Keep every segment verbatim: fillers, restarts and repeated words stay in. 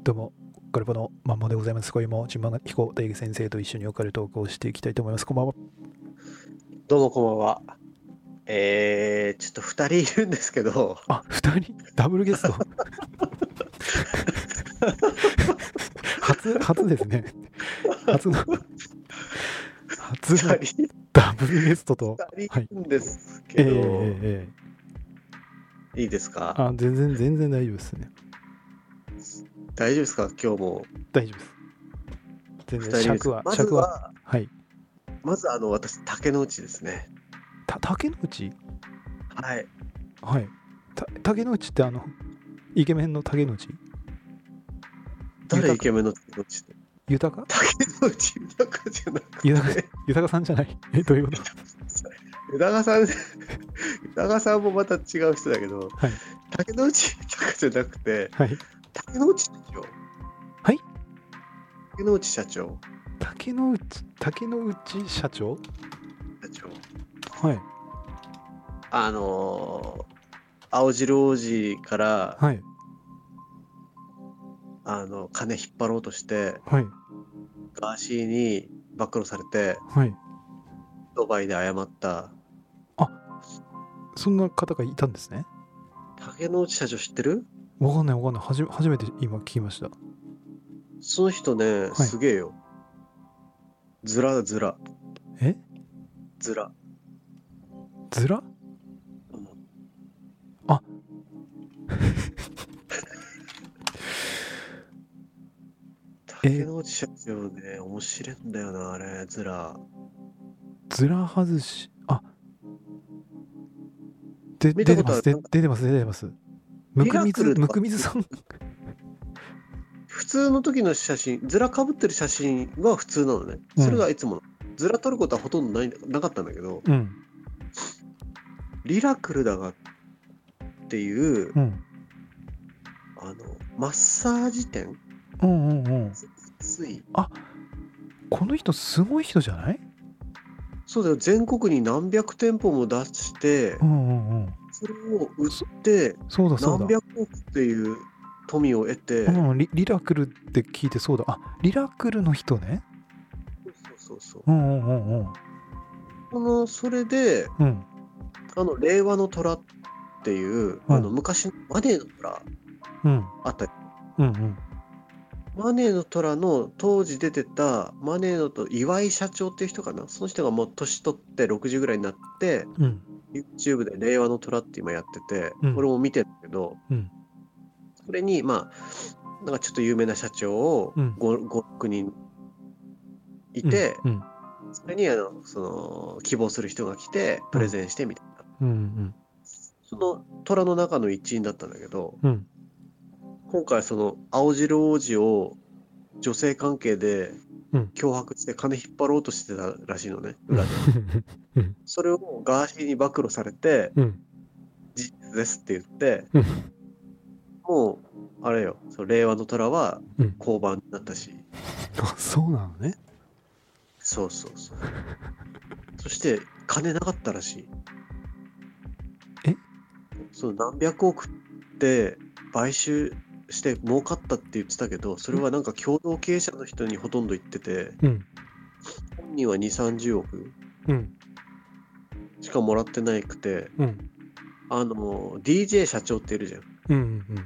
どうも、ガルパのマンモでございます。今夜も順番彦大樹先生と一緒にオカルトークをしていきたいと思います。こんばんは。 どうもこんばんは。えー、ちょっとふたりいるんですけど、 あ、二人ダブルゲスト初、初ですね。初の、初のふたり、 ダブルゲストと、 ふたりいはい。 るんですええけど、 えええいいですえか？ あ、全然、全然大丈夫ですね。 大丈夫ですか？今日も大丈夫です。全然、 ふたりいるんです尺は、 けど、まず尺は、 は、 はい。 まずあの、私、竹之内ですね。 た、竹之内はい。 はい。た、竹之内ってあの、イケメンの竹之内豊か、 誰イケメンの竹之内って？ 豊か竹之内豊じゃなく豊か、 て、 豊かさんじゃないえ、どういうこと豊さん、豊さんもまた違う人だけど、 はい。 竹之内豊じゃなくて、 はい。 竹之内社長。 はい竹之内社長。 竹之内、竹之内社長社長。 はい。 あのー青白王子からはい。 あの金引っ張ろうとしてはい。 ガーシーに暴露されてはい。 ドバイで謝ったあ、そんな方がいたんですね。 竹之内社長知ってる？ わかんないわかんない。はじめ、初めて今聞きました。 その人ね、 はい。 すげえよ。ズラズラえズラ、 ずらうん、 あ、え竹之内社長ね、面白いんだよな、あれ。ズラずら外し、あ、で、 見たこ出てます。で、 とある？なんか出てます。出てます。むリくみず、むラクルとかくみずさん。 普通の時の写真、ズラかぶってる写真は普通なのね。それうん。 がいつもの。ズラ撮ることはほとんどないなかったんだけど、 うん。 リラクルだがっていううん。 あのマッサージ店、 うんうんうん。 水あ、この人すごい人じゃないそうだよ、全国に何百店舗も出してうんうんうん。 それを売っそ、 てそうだそうだ。 何百億っていう富を得て、 うん、リ、リラクルって聞いてそうだ。あ、リラクルの人ね。 そうそうそう、 うんうんうんうん。 このそれでうん。 あの令和の虎っていうあのうん。 昔のマネーの虎うん。 あったり、 うんうん。 マネーの虎の当時出てたマネーのと岩井社長っていう人かな、その人がもう年取ってろくじゅうぐらいになってうん。 YouTube で令和の虎って今やってて、 うん。 俺も見てるけど、 うん。 それにまあなんかちょっと有名な社長をうん。 ご、ご、ろくにんいうん。 て、 うん。 それにあのその希望する人が来てプレゼンしてみたいな、 うん。 その虎の中の一員だったんだけど、 うん。 今回その青白王子を女性関係でうん。 脅迫して金引っ張ろうとしてたらしいのね、裏で。 うん。 それをガーシーに暴露されて、 うん。 事実ですって言って、 うん。 もう、あれよ、その令和の虎はうん。 降板になったし、 あ、そうなのね。 そうそうそう。そして、金なかったらしい。 えその何百億って買収して儲かったって言ってたけど、それはなんか共同経営者の人にほとんど言ってて、 うん。 本人はに、さんじゅうおくうん。 しかもらってないくて、 うん。 あの、ディージェー 社長っているじゃん。 うん。うん。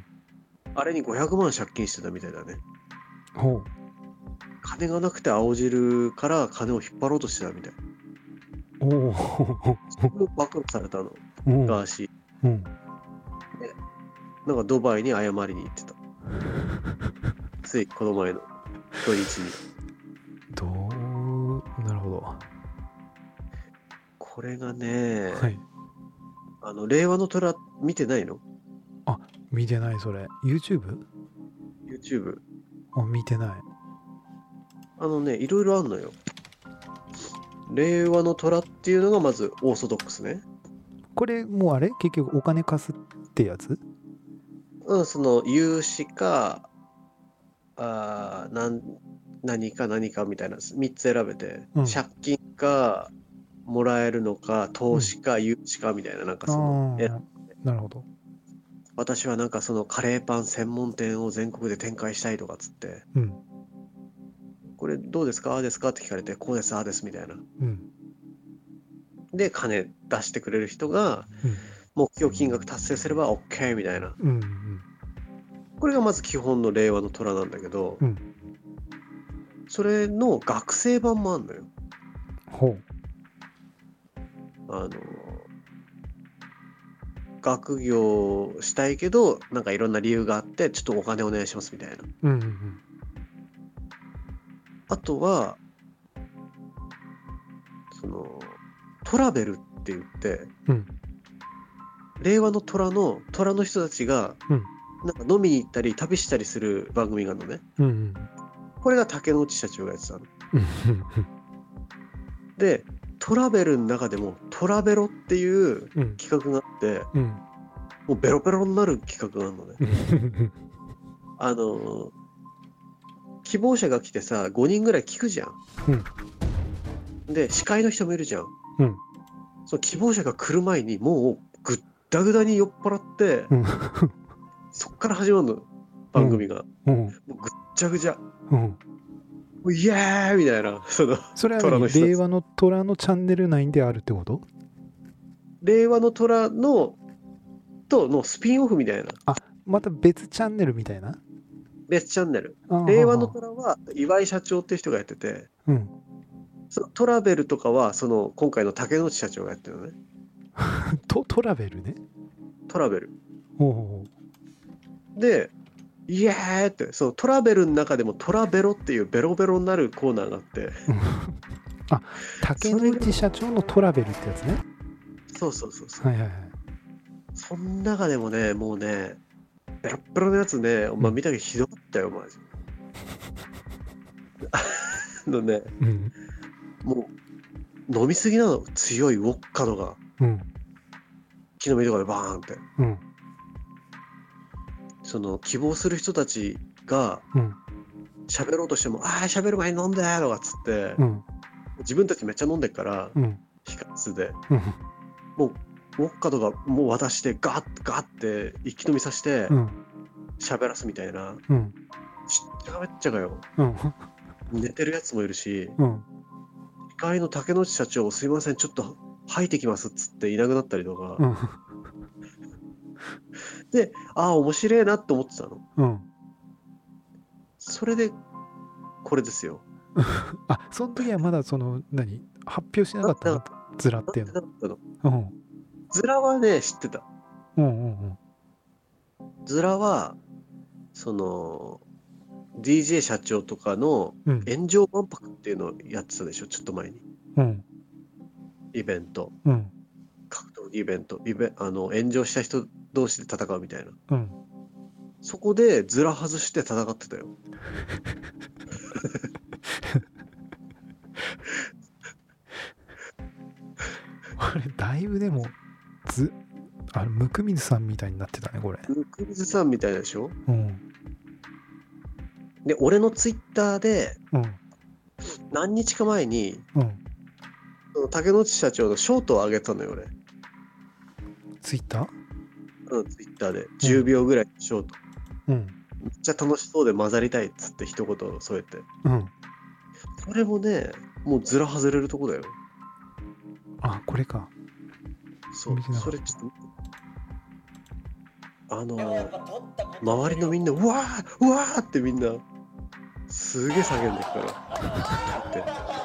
あれにごひゃくまん借金してたみたいだね。 ほう。 金がなくて青汁から金を引っ張ろうとしてたみたい。 おお。 それを暴露されたの、 うん。 ガーシー。 うん。 で、なんかドバイに謝りに行ってた。ついこの前の土日に。 どう、なるほど。 これがね、 はい。 あの、令和の虎見てないの？ あ、見てないそれ。YouTube？ YouTube。 あ、見てない。 あのね、いろいろあんのよ。令和の虎っていうのがまずオーソドックスね。 これもうあれ結局お金貸すってやつうん、その融資か、あーなん何か何かみたいなみっつ選べて、 うん。 借金かもらえるのか、 うん。 投資か融資かみたいな、なんかあその選あ、なるほど。 私はなんかそのカレーパン専門店を全国で展開したいとかっつって、 うんこれどうですかああですかって聞かれて、こうですああですみたいな。 うんで、金出してくれる人がうん目標金額達成すれば OK みたいな。 うんうんこれがまず基本の令和の虎なんだけど、 うんそれの学生版もあんのよ。 ほうあの、学業したいけど、なんかいろんな理由があって、ちょっとお金お願いしますみたいな。 うんうんあとは、その、トラベルって言って、 うん令和の虎の虎の人たちが、 うんなんか飲みに行ったり旅したりする番組があるのね。 うんうんこれが竹之内社長がやってたの。 うんで、トラベルの中でもトラベロっていううん企画があって、 うんもうベロベロになる企画があるのね。 うんあの、希望者が来てさ、ごにんぐらい聞くじゃん。で、司会の人もいるじゃん。 うんその希望者が来る前にもうぐったぐだに酔っ払って、 うんそっから始まるの、番組が。 うんもうぐっちゃぐちゃ。 うんもうイエーイみたいな、その、 それは虎の人たち何令和の虎のチャンネル内であるってこと？ 令和の虎の、とのスピンオフみたいな。 また別チャンネルみたいな？ 別チャンネル。 あ令和のはは虎は岩井社長っていう人がやってて、 うんそのトラベルとかは、その今回の竹之内社長がやってるのね。 トトラベルね。 トラベル。 ほうほで、イエーイって、そのトラベルの中でもトラベロっていうベロベロになるコーナーがあって、 うあ竹之内社長のトラベルってやつね。 そうそうそうそう。 はいはいはい。 その中でもね、もうね、ベロッベロのやつね、お前見たけどひどかったよ、マジ。あのね、 うんもう飲みすぎなの、強いウォッカのが、 うん木の実とかでバーンって。 うんその希望する人たちがうん喋ろうとしても、ああ、喋る前に飲んでとかっつって、 うん自分たちめっちゃ飲んでっから、 うん控室で、 うんもうウォッカとかもう渡してガッガッって一気飲みさせてうん喋らすみたいな、 うんしっちゃかめっちゃかよ。 うん寝てるやつもいるし、 うん司会の竹之内社長、すいません、ちょっと吐いてきますっつっていなくなったりとか、 うんで、ああ、面白いなって思ってたの。 うんそれで、これですよ。 あその時はまだその何発表しなかったの？ズラっていうなんてなったの。 の？ ズラはね、知ってた。 うんうんうんズラは、その、ディージェー 社長とかのうん炎上万博っていうのをやってたでしょ、ちょっと前に。 うんイベント。 うん格闘技イベント。イベあの炎上した人同士で戦うみたいな。 うんそこでズラ外して戦ってたよ。 あれだいぶでもずあれ温水さんみたいになってたねこれ。 温水さんみたいでしょ。 うんで、俺のツイッターでうん何日か前に、 うんその竹之内社長のショートを上げたのよ、俺。 ツイッター？ うん、ツイッターで。じゅうびょうぐらいのショート。 うんめっちゃ楽しそうで混ざりたいっつって一言添えて。 うんそれもね、もうズラ外れるとこだよ。 あこれか。 そう見てな、かったそれちょっと、あのー、周りのみんな、うわーうわーってみんな、すげえ叫んでるから。って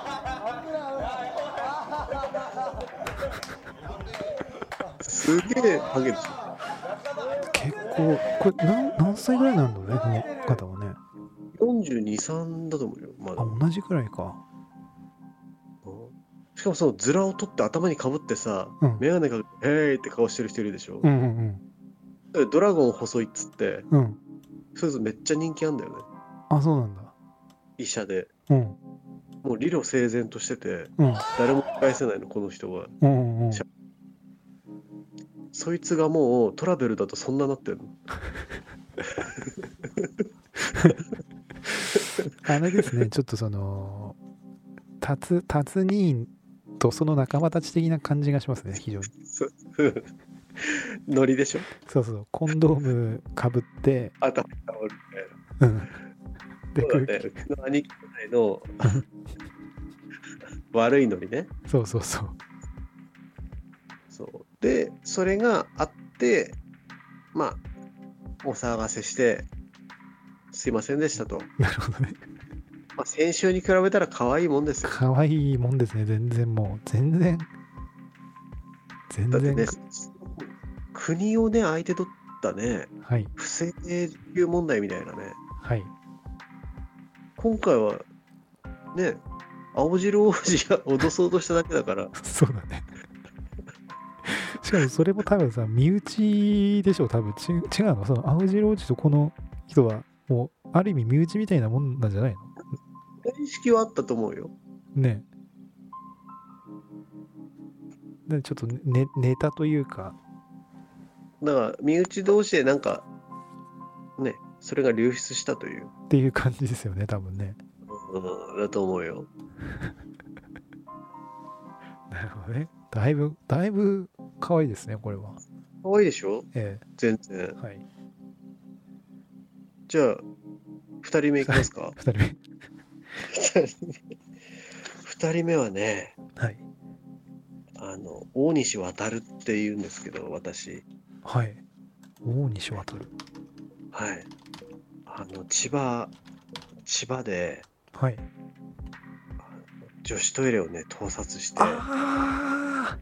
すげえハゲでしょ。 結構これ何何歳ぐらいなんだろうねこの方はね。 よんじゅうに、さんだと思うよ、まだ。 あ同じくらいか。 うんしかもそのズラを取って頭にかぶってさ、 うんメガネかけて、へーいって顔してる人いるでしょ。 うんうんでドラゴン細いっつって、 うんうんそうするとめっちゃ人気あんだよね。 あそうなんだ。 医者で。 うんもう理路整然としてて、 うん誰も返せないの、この人は。 うんうんそいつがもうトラベルだとそんななってるの。 あれですねちょっとそのタツタツニーンとその仲間たち的な感じがしますね非常に。 そうノリでしょ。 そうそう、コンドームかぶって、 頭にタオルみたいな。 うん。で、空気。 そうだね。うちの兄貴ぐらいのうん悪いノリね。 そうそうそう。 そう。で、それがあって、まあ、お騒がせして、すいませんでしたと。 なるほどね。 まあ、先週に比べたら可愛いもんですよ。 可愛いもんですね、全然もう。全然、全然。 だってね、国をね、相手取ったね、 はい、 不正受給問題みたいなね、 はい。 今回はね、青汁王子が脅そうとしただけだから、 そうだね。しかもそれも多分さ、身内でしょ、多分。ち違うのその青白王子とこの人は、もう、ある意味身内みたいなもんなんじゃないの認識はあったと思うよ。 ね。でちょっとネネタというか、 だから、身内同士でなんか、ね、それが流出したという、 っていう感じですよね、多分ね。 うん、だと思うよ。 なるほどね。だいぶ、だいぶ可愛いですね、これは。 可愛いでしょえ全然。 えはい。 じゃあ、二人目いきますか。 二人目。 二人目はね、 はい。 あの、大西渡るって言うんですけど、私。 はい。大西渡る。 はい。あの、千葉、千葉で、 はい。 あの女子トイレをね、盗撮して、 あ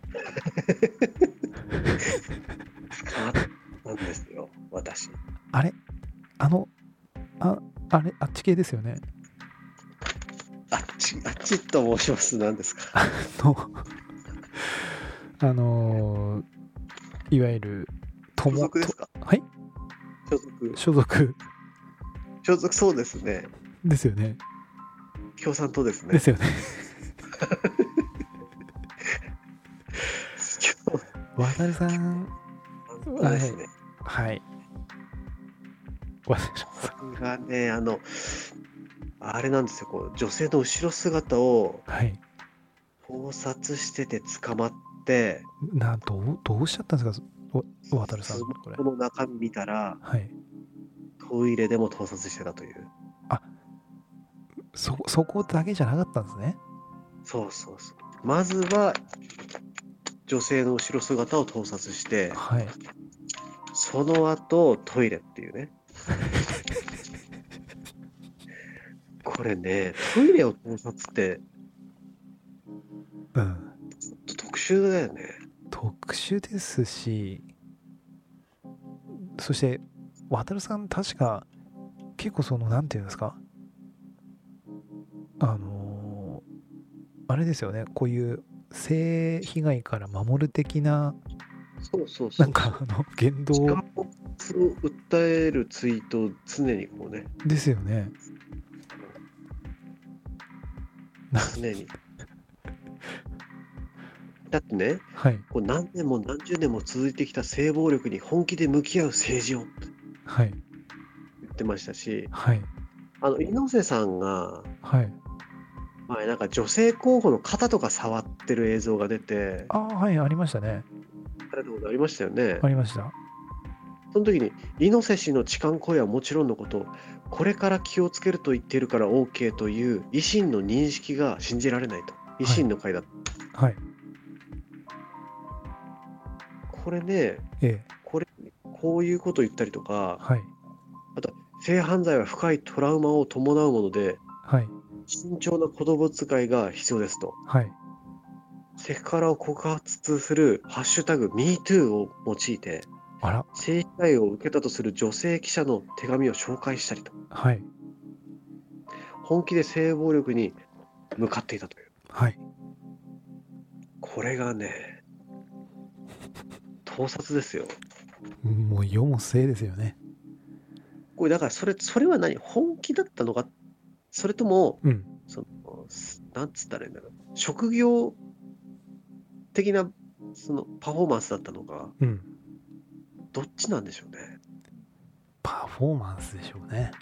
捕まったんですよ、私。 ああれあの、あ、あれあっち系ですよね。 あっち、あっちと申します。何ですか。 の、あのーいわゆる、 所友、と属ですか。 はい所属。 所属所属、そうですね。 ですよね。 共産党ですね。 ですよね。渡るさん、 共産党ですね。 はい。渡るさこれがね、あの、あれなんですよ、こう、女性の後ろ姿をん。はい。 盗撮してて捕まって、 な、どう、どうしちゃったんですか、わ渡るさん、 スマこれ。 ホの中身見たら、 はい。 トイレでも盗撮してたという。 あ、そ、そこだけじゃなかったんですね。 そうそうそう。まずは、女性の後ろ姿を盗撮して、 はい。 その後、トイレっていうね。これね、トイレを盗撮って、 うん。 ちょっと特殊だよね。 特殊ですし、そして、渡るさん、確か、結構その、なんていうんですか、あのーあれですよね、こういう性被害から守る的な、 そうそうなんそうそう。 かあの、言動痴漢を訴えるツイートを常にこうね、 ですよね。な、 常に。だってね、 はい、 こう何年も何十年も続いてきた性暴力に本気で向き合う政治をってはい、 言ってましたし、 はい、 あの、猪瀬さんが、 はい。 前なんか女性候補の肩とか触ってる映像が出て、 ああ、はい、ありましたね。 されたことありましたよね。 ありました。 その時に、猪瀬氏の痴漢行為はもちろんのこと、これから気をつけると言っているから OK という維新の認識が信じられないと。維新の会だ。 はい、 これね、 ええ、 これ、こういうことを言ったりとか、 はい、 あと、性犯罪は深いトラウマを伴うもので、 はい、 慎重な言葉遣いが必要ですと。 はい。 セクハラを告発するハッシュタグ ミートゥー を用いて、 あら、 性被害を受けたとする女性記者の手紙を紹介したりと、 はい、 本気で性暴力に向かっていたという。 はい。 これがね、盗撮ですよ。 もう世も末ですよね。 これだからそれ、それは何本気だったのか、それとも、 うん、 その、なんつったらいいんだろう。職業的な、そのパフォーマンスだったのか、 うん。 どっちなんでしょうね。 パフォーマンスでしょうね。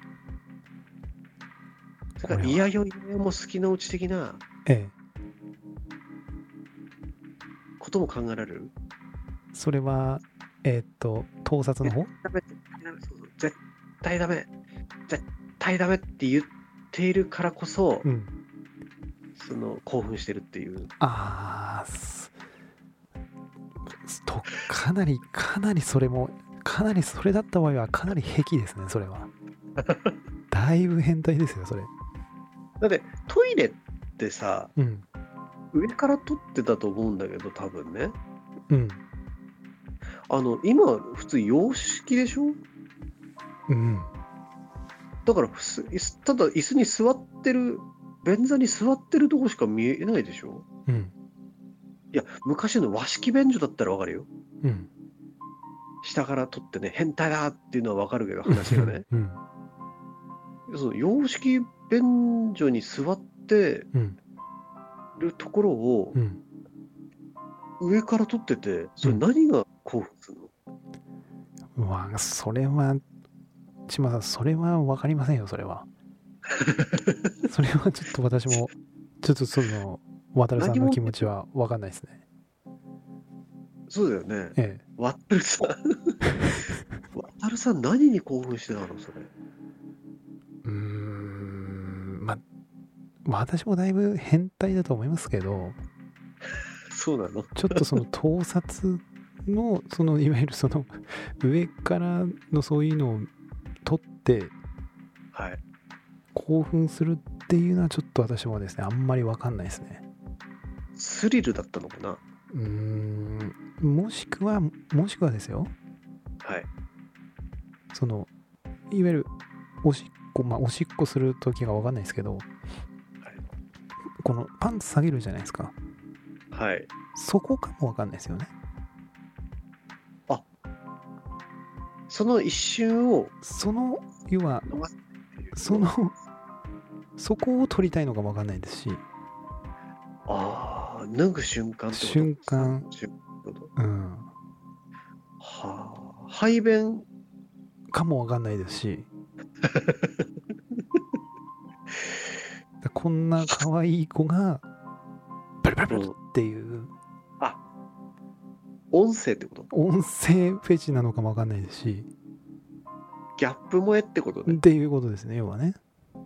それから、いやよいやよも好きのうち的なええ、 ことも考えられる。 それは、 えーっと盗撮の方。 ダメ、絶対ダメ、そうそう、絶対ダメ、絶対ダメって言っているからこそ、 うん。 その興奮してるっていう。 ああ、とかなりかなりそれもかなりそれだった場合はかなり癖ですね、それは。だいぶ変態ですよそれ。 だってトイレってさ、 うん。 上から撮ってたと思うんだけど、多分ね。 うん。 あの、今、普通洋式でしょ？ うん。 だからふす、椅子ただ椅子に座ってる、便座に座ってるとこしか見えないでしょ？ うん。 いや、昔の和式便所だったらわかるよ。 うん。 下から撮ってね、変態だっていうのはわかるけど、話がね。 うん。 その洋式便所に座ってうん。 るところをうん。 上から撮ってて、それ何が興奮するの？ うわ、それは千葉さん、それは分かりませんよ、それは。それはちょっと私もちょっとその渡さんの気持ちは分かんないですね。 そうだよね。 ええ。 渡るさん渡るさん何に興奮してたのそれ？ うーん、まあ私もだいぶ変態だと思いますけど、 そうなの？ ちょっとその盗撮のそのいわゆるその上からのそういうのを撮ってはい。 興奮するっていうのはちょっと私もですね、あんまり分かんないですね。 スリルだったのかな？ うーん、もしくはもしくはですよ、 はい。 そのいわゆるおしっこ、まあおしっこする時が分かんないですけど、このパンツ下げるじゃないですか。 はい。 そこかも分かんないですよね。 あ、その一瞬をその要は逃すっていうこと。 そのそこを撮りたいのかも分かんないですし、 ああ、脱ぐ瞬間ってこと？ 瞬間、 瞬間ってこと？ うん、 はあ、排便かも分かんないですし、こんな可愛い子がブルブルブルっていうあ、音声ってこと？ 音声フェチなのかも分かんないですし、 ギャップ萌えってことね。 っていうことですね、要はね。 あ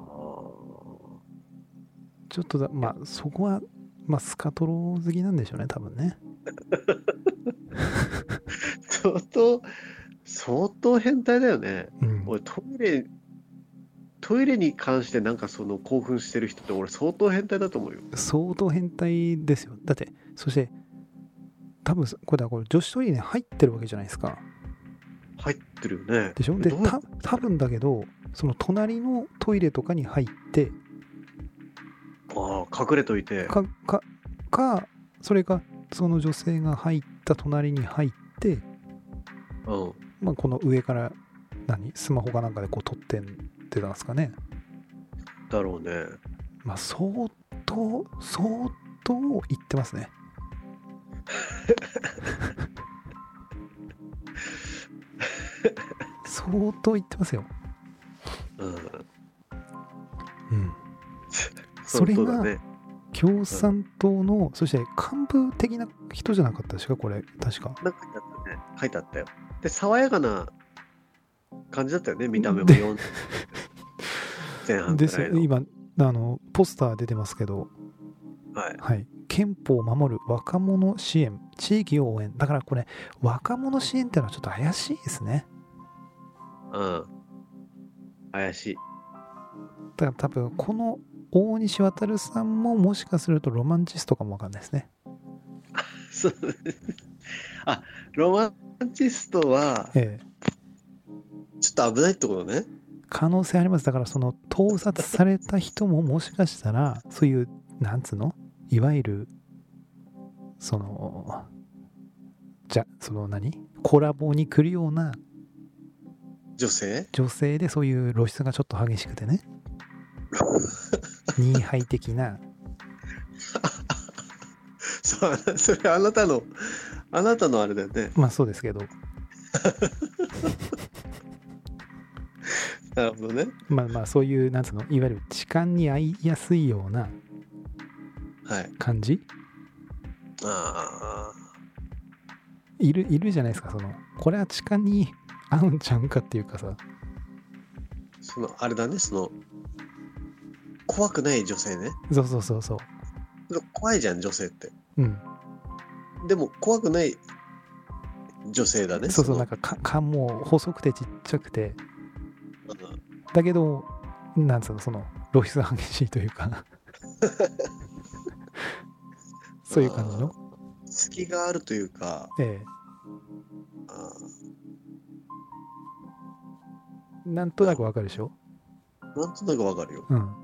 ちょっとだ、まあそこは、まあスカトロ好きなんでしょうね、多分ね。 相当、相当変態だよね。 うん。 俺トイレ、トイレに関してなんかその興奮してる人って俺相当変態だと思うよ。 相当変態ですよ。だって、そして、多分これだ、これ女子トイレに入ってるわけじゃないですか。 入ってるよね。 でしょ？で、 どうやた多分だけど、その隣のトイレとかに入って、 ああ、隠れといて。 か、か、か、それか、その女性が入った隣に入って、 うん。 まあ、この上から何スマホかなんかでこう撮ってんってたんですかね。 だろうね。 まあ相当相当言ってますね。相当言ってますよ。 うん。 うん。それが相当だね。 共産党の、そして幹部的な人じゃなかったですか、これ確か。 なんか書いてあったね。書いてあったよ。で、爽やかな感じだったよね。見た目もよん前半ですよ。 くらいの。 今あのポスター出てますけど、 はい。 はい、憲法を守る若者支援、地域を応援。だからこれ若者支援ってのはちょっと怪しいですね。 うん。怪しい。 だから多分この大西航さんももしかするとロマンチストかもわかんないですね。 そう。あ、ロマンチストは、 ええ、 ちょっと危ないってことね。 可能性あります。だからその盗撮された人ももしかしたらそういうなんつうの、いわゆるそのじゃその何コラボに来るような女性女性で、そういう露出がちょっと激しくてね、ニーハイ的な。 そう、それあなたの、あなたのあれだよね。 まあそうですけど、 なるほどね。 まあまあそういうなんつうの、いわゆる痴漢に遭いやすいようなはい。 感じ。 ああ。 いるいるじゃないですか、そのこれは痴漢に合うんちゃうんかっていうかさ。 そのあれだね、その怖くない女性ね。 そうそうそうそう。 怖いじゃん女性って。 うん。 でも怖くない女性だね。 そうそう、 のなんかかかもう細くてちっちゃくて、 うんだけどなんつうの、その露出が激しいというかそういう感じの。 隙があるというか、 えあえ、なんとなくわかるでしょ。 ーなんとなくわかるよ。 うん。 うん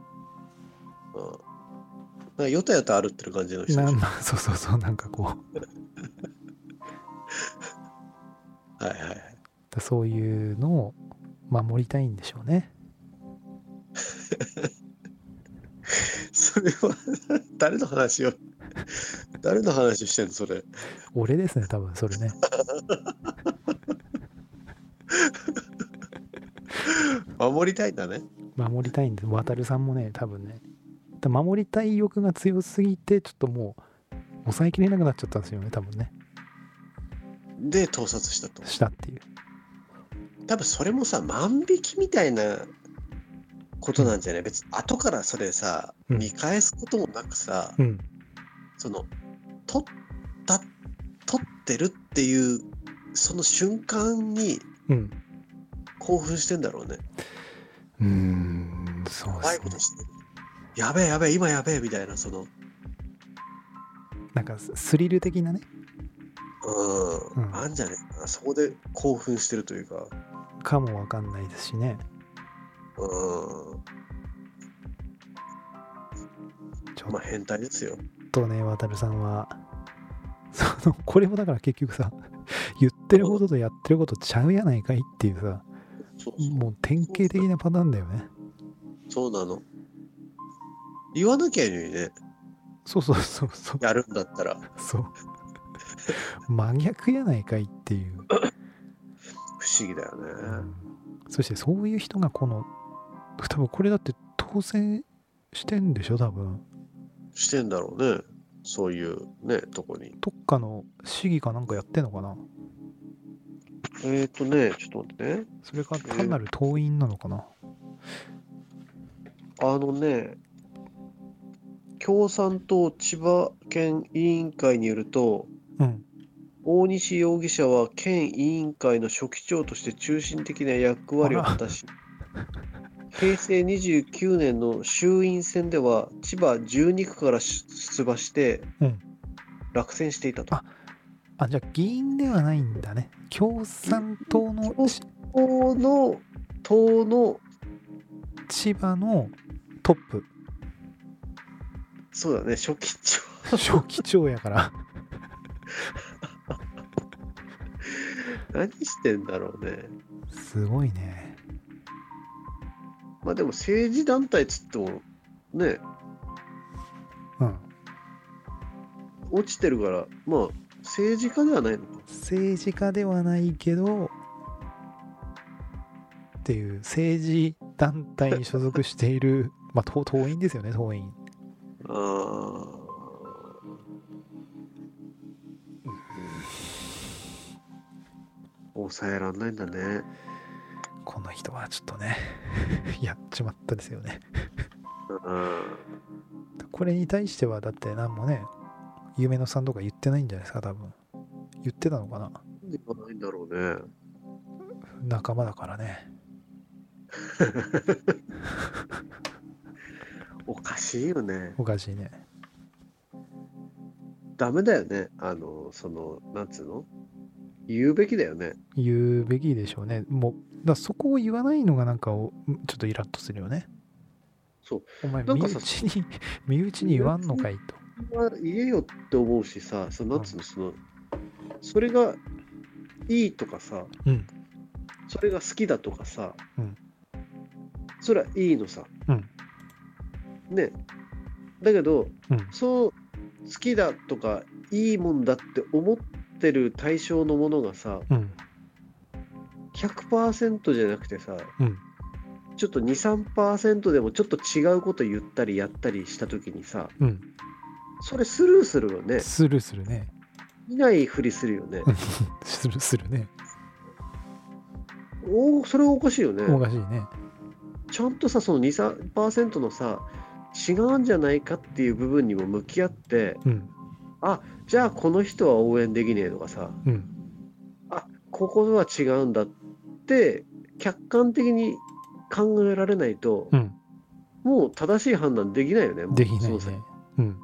なんかよたよた歩ってる感じの人でしょ。 なんそうそうそう、なんかこうはいはいはい。 だそういうのを守りたいんでしょうね。 それは誰の話を誰の話してんのそれ。 俺ですね、多分それね。 守りたいんだね。 守りたいんで、渡るさんもね、多分ね、だ守りたい欲が強すぎて、ちょっともう抑えきれなくなっちゃったんですよね、多分ね。 で盗撮したと。 したっていう。 多分それもさ万引きみたいなことなんじゃない、別に後からそれさ、 うん見返すこともなくさ、 うん。 その取った取ってるっていうその瞬間にうん。 興奮してんだろうね。 うーん、そうですね怖いこと。してる。やべえやべえ今やべえみたいなそのなんかススリル的なね、 うん、 うんあんじゃねえかな、そこで興奮してるというか、 かもわかんないですしね。 うんちょまあ変態ですよ。 っとね、渡るさんは、その、これもだから結局さ、言ってることとやってることちゃうやないかいっていうさ、 そうそうもう典型的なパターンだよね。 そうなの。言わなきゃいいのにね、 そうそうそうそう。 やるんだったら。 そう。真逆やないかいっていう。 不思議だよね。 うんそしてそういう人がこの、多分これだって当選してんでしょ、多分。 してんだろうね。そういうね、とこに。 どっかの市議かなんかやってんのかな。 えっ、ー、とね、ちょっと待ってね。 それか単なる党員なのかな。 あのね、共産党千葉県委員会によると、 うん。 大西容疑者は県委員会の書記長として中心的な役割を果たし、平成にじゅうきゅうねんの衆院選では千葉じゅうに区から出馬してうん落選していたと。 ああ、じゃあ議員ではないんだね。共産党の共産党の党の千葉のトップ、 そうだね、書記長。 書記長やから。 何してんだろうね。 すごいね。 まあでも政治団体っつってもね、 うん。 落ちてるから、まあ政治家ではないのか。 政治家ではないけど、っていう政治団体に所属している、まあ党党員ですよね、党員。 ああ。抑えらんないんだね。 この人はちょっとね、やっちまったですよね。 うん。 これに対してはだって何もね、夢野さんとか言ってないんじゃないですか、多分。言ってたのかな。 言わないんだろうね。 仲間だからね。 おかしいよね。 おかしいね。 ダメだよね。あの、その、なんつうの言うべきだよね。 言うべきでしょうね。もう、だそこを言わないのがなんかをちょっとイラッとするよね。 そう。 お前、身なんかさ内に、身内に言わんのかいと。 言えよって思うしさ、そのなんつうの、その、それがいいとかさ、 うん。 それが好きだとかさ、 うんそれはいいのさ。 うんね。だけど、 うんそう好きだとかいいもんだって思ってる対象のものがさ、 うんひゃくパーセントじゃなくてさ、 うんちょっとに、さんパーセントでもちょっと違うこと言ったりやったりしたときにさ、 うん。 それスルーするよね。 するするね。 見ないふりするよね。 するするね。 おそれはおかしいよね。 おかしいね。 ちゃんとさ、そのに、さんパーセントのさ、違うんじゃないかっていう部分にも向き合って、 うんあ、じゃあこの人は応援できねえとかさ、 うんあ、ここは違うんだって客観的に考えられないと、 うん。 もう正しい判断できないよね。もうできないその先ね。うん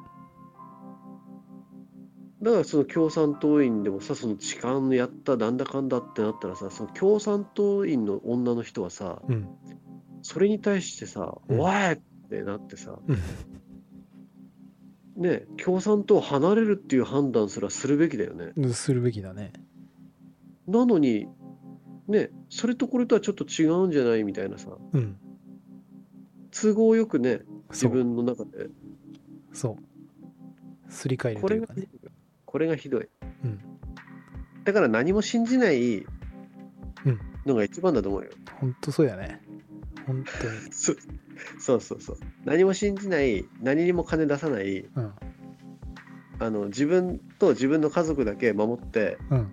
だからその共産党員でもさ、その痴漢やったなんだかんだってなったらさ、その共産党員の女の人はさ、 うんそれに対してさ、 うんおいってなってさ、 うん。 ね、共産党を離れるっていう判断すらするべきだよね。 するべきだね。 なのに、ね、それとこれとはちょっと違うんじゃないみたいなさ、 うん。 都合よくね、 そう自分の中で、 そう。すり替えることれがいうかね。 これがひどい。 うんだから何も信じないうん。 のが一番だと思うよ。 ほんとそうやね。本当に。 そそうそうそう。何も信じない、何にも金出さない、 うんあの自分と自分の家族だけ守ってうん。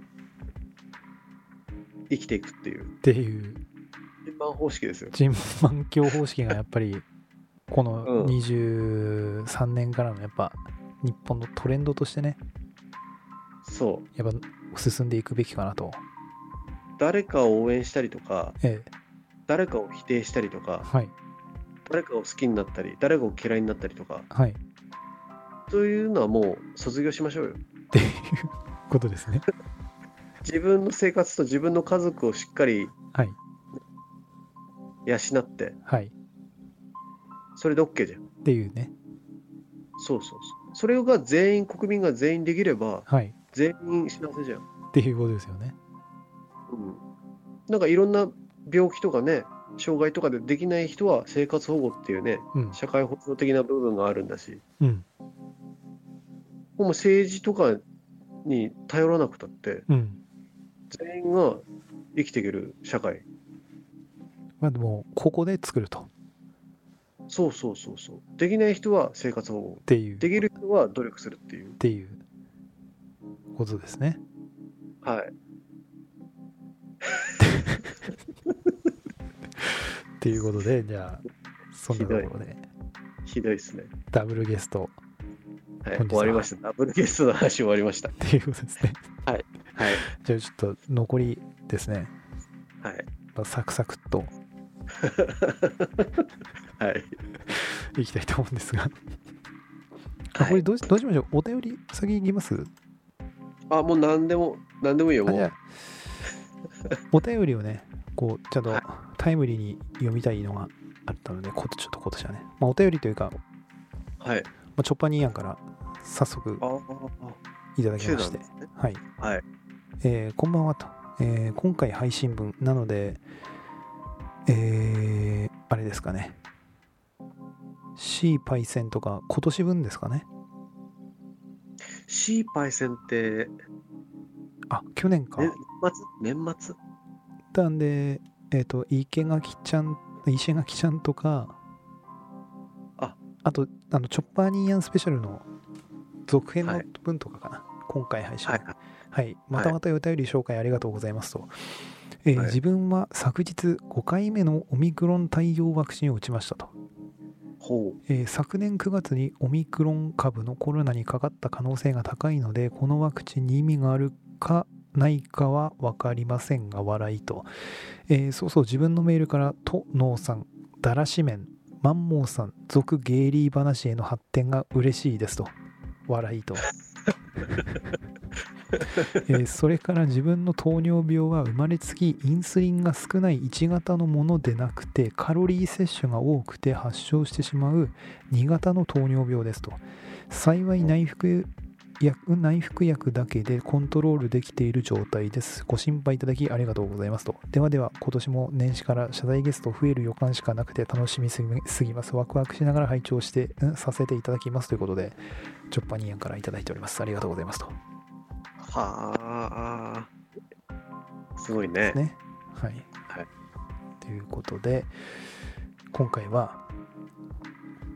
生きていくっていうっていう順番方式ですよ。 人満教方式がやっぱりこうんのにじゅうさんねんからのやっぱ日本のトレンドとしてね、 そう。 やっぱ進んでいくべきかなと。 誰かを応援したりとか、 ええ、 誰かを否定したりとか、 はい誰かを好きになったり、誰かを嫌いになったりとか、 はいっそういうのはもう卒業しましょうよ。 ていうことですね。 自分の生活と自分の家族をしっかりはい養って、 はいそれで OK じゃん。 っていうね。 そうそうそう。それが全員、国民が全員できれば、 はい全員幸せじゃん。 っていうことですよね。 うん。なんかいろんな病気とかね、障害とかでできない人は生活保護っていうね、 うん社会保障的な部分があるんだし、 うんもう政治とかに頼らなくたって、 うん。 全員が生きていける社会。 まあでもここで作るとそうそうそうそう。できない人は生活保護。 っていうできる人は努力するっていう。 っていうことですね。 はい。 っていうことで、じゃあそんなところでひどいですね。 ダブルゲストはい。 本日は終わりました。ダブルゲストの話終わりました。 っていうことですね。 はい。 じゃあちょっと残りですね、 はい。 まあサクサクっとはい。 いきたいと思うんですが、あはいこれどうしどうしましょう。お便り先に行きます。 あ、もう何でも、何でもいいよ、もう。 あじゃあお便りをね、こうちゃんとはいタイムリーに読みたいのがあったので、こちょっと今年はね、まあ、お便りというか、まはい。 あ、チョッパーニーヤンから早速ああ、 いただきまして、 来てたんですね。 はい、 はい。 えーこんばんはと、えー今回配信分なので、えーあれですかね、C パイセンとか今年分ですかね。 C パイセンって、 あ、去年か。 ね、年末年末なんで、えっ、と、池垣ちゃん、石垣ちゃんとか、 ああと、あの、チョッパーニーヤンスペシャルの続編のはい分とかかな。今回配信。 はい。 はい。またまたお便り紹介ありがとうございますと。えーはい自分は昨日ごかいめのオミクロン対応ワクチンを打ちましたと。 ほう。 えー昨年くがつにオミクロン株のコロナにかかった可能性が高いので、このワクチンに意味があるかないかは分かりませんが、笑いと。えーそうそう、自分のメールから、とのうさん、だらし麺、マンモーさん、続ゲイリー話への発展が嬉しいですと。笑いと。えーそれから自分の糖尿病は生まれつきインスリンが少ないいち型のものでなくてカロリー摂取が多くて発症してしまうに型の糖尿病ですと。幸い内服薬内服薬だけでコントロールできている状態です。ご心配いただきありがとうございますと。ではでは、今年も年始から謝罪ゲスト増える予感しかなくて楽しみすぎすぎます。ワクワクしながら拝聴してんさせていただきますということで、チョッパニーヤンからいただいております。ありがとうございますと。 はあ。すごいね。 ね。はい。 はいということで、今回は、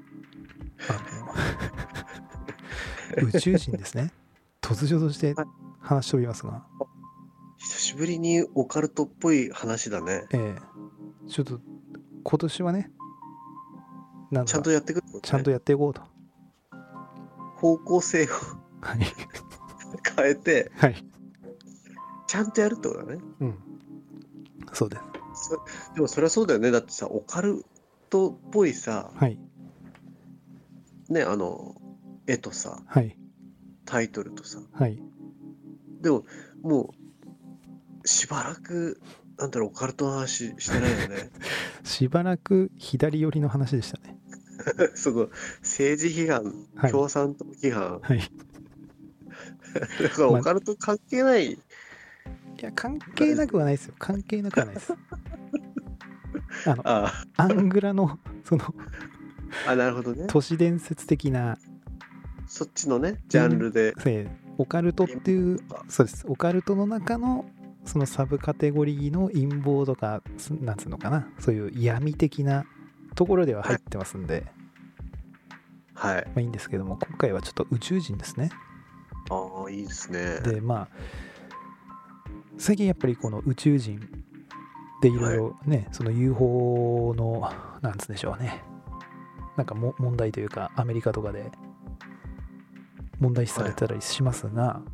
あの宇宙人ですね。突如としてはい話しておりますが、 久しぶりにオカルトっぽい話だね。 ええちょっと今年はね、なんかちゃんとやってくることね。 ちゃんとやっていこうと。 方向性をはい。 変えて、 はい。 ちゃんとやるってことだね。 うん。そうです。 そでもそりゃそうだよね。だってさ、オカルトっぽいさ、 はい。 ね、あの、絵とさ、 はい。 タイトルとさ、 はい。 でも、もう、しばらく、なんだろう、オカルトの話してないよね。 しばらく左寄りの話でしたね。 その、政治批判、 はい。 共産党批判、 はい。 だからオカルト関係ない、 いや、関係なくはないですよ。関係なくはないです。あの、 あアングラの、その、 あ、なるほどね。 都市伝説的な、 そっちのね、ジャンルで。 せオカルトっていう、そうです。オカルトの中の、そのサブカテゴリーの陰謀とか、すなんつうのかな、そういう闇的なところでは入ってますんで、 はい。 まあいいんですけども、今回はちょっと宇宙人ですね。 ああ、いいですね。 で、まあ、最近やっぱりこの宇宙人でいろいろね、その ユーフォー の、なんつうんでしょうね、なんかも問題というか、アメリカとかで問題視されたりしますが、 はい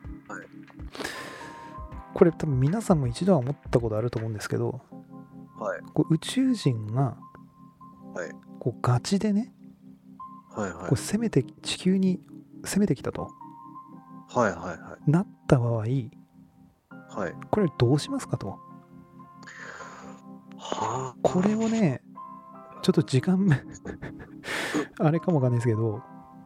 これ多分皆さんも一度は思ったことあると思うんですけど、 はい。 こう宇宙人がはい。 こうガチでね、 はい。はい。 こう攻めて地球に攻めてきたとはい。はい。はい。 なった場合、 はい。 これどうしますかと。 はあ。 これをね、ちょっと時間あれかもわかんないですけど、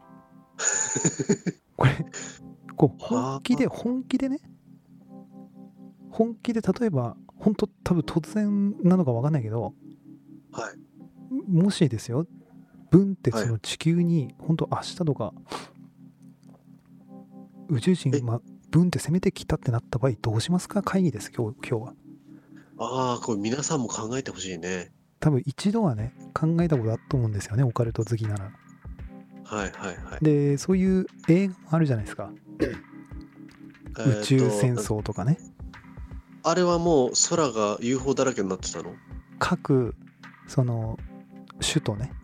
これこう本気で本気でね、本気で例えば本当多分突然なのかわかんないけど、 はい。 もしですよ、ブンってはいその地球に本当明日とか宇宙人えまブンって攻めてきたってなった場合どうしますか。会議です今日今日は。 ああ、これ皆さんも考えてほしいね。 多分一度はね考えたことあると思うんですよね、オカルト好きなら。 はい。はい。はい。 でそういう映画もあるじゃないですか、 えー宇宙戦と、 争とかね。 あれはもう空が ユーフォー だらけになってたの？ 各その首都ね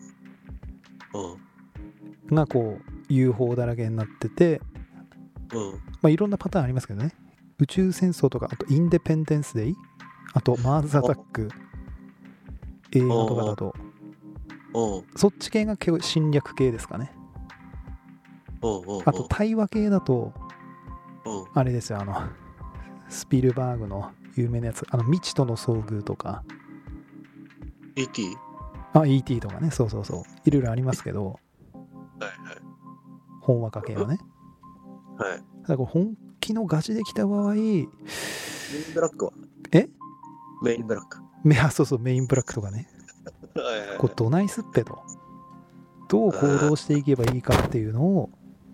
うん。 がこう ユーフォー だらけになってて、 うん。 まあいろんなパターンありますけどね、宇宙戦争とか、あとインデペンデンスデイ、あとマーズアタック、映画とかだとうん。 そっち系が結構侵略系ですかね。 うん。うん。 あと対話系だとうん。 あれですよ、あのスピルバーグの有名なやつ、あの未知との遭遇とか、 イーティー？ あ イーティー とかね、そうそうそう、いろいろありますけど、 はい。 本話家系のね。 はい。はい。 だからこれ本気のガチで来た場合、 メインブラックは？ えメインブラック。 メあそうそうメインブラックとかね、 はいはいはい。 こうどないすっぺと、どう行動していけばいいかっていうのを、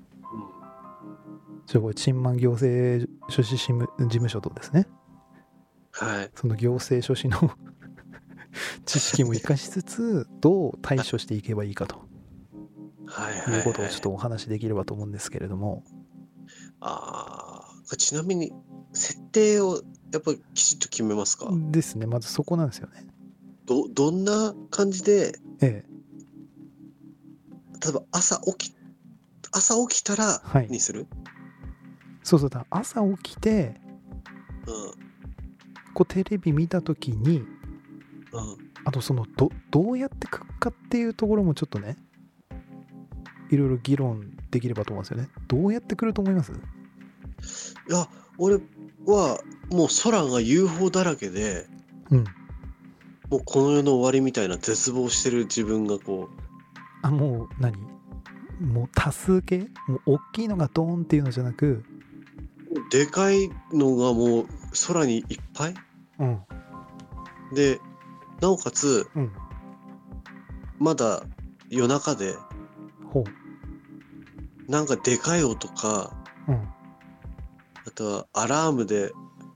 ちょこれチンマン行政書士事務事務所とですね、 はい。 その行政書士の知識も生かしつつどう対処していけばいいかとはいはい。 いうことをちょっとお話しできればと思うんですけれども。 ああ、ちなみに、設定をやっぱきちっと決めますか？ ですね、まずそこなんですよね。 ど、どんな感じで、 ええ例えば朝起き、朝起きたらはいにする？ そうそうだ、朝起きてうん。 こうテレビ見た時に、 うん。 あとそのどどうやってくくかっていうところもちょっとね、いろいろ議論できればと思うんですよね。どうやってくると思います？ いや、俺はもう空が ユーフォー だらけで、 うんもうこの世の終わりみたいな絶望してる自分がこう、 あもう何もう多数形、もう大きいのがドーンっていうのじゃなく、 でかいのがもう空にいっぱいうんで、なおかつうんまだ夜中でほなんかでかい音か、 ううんあとはアラームで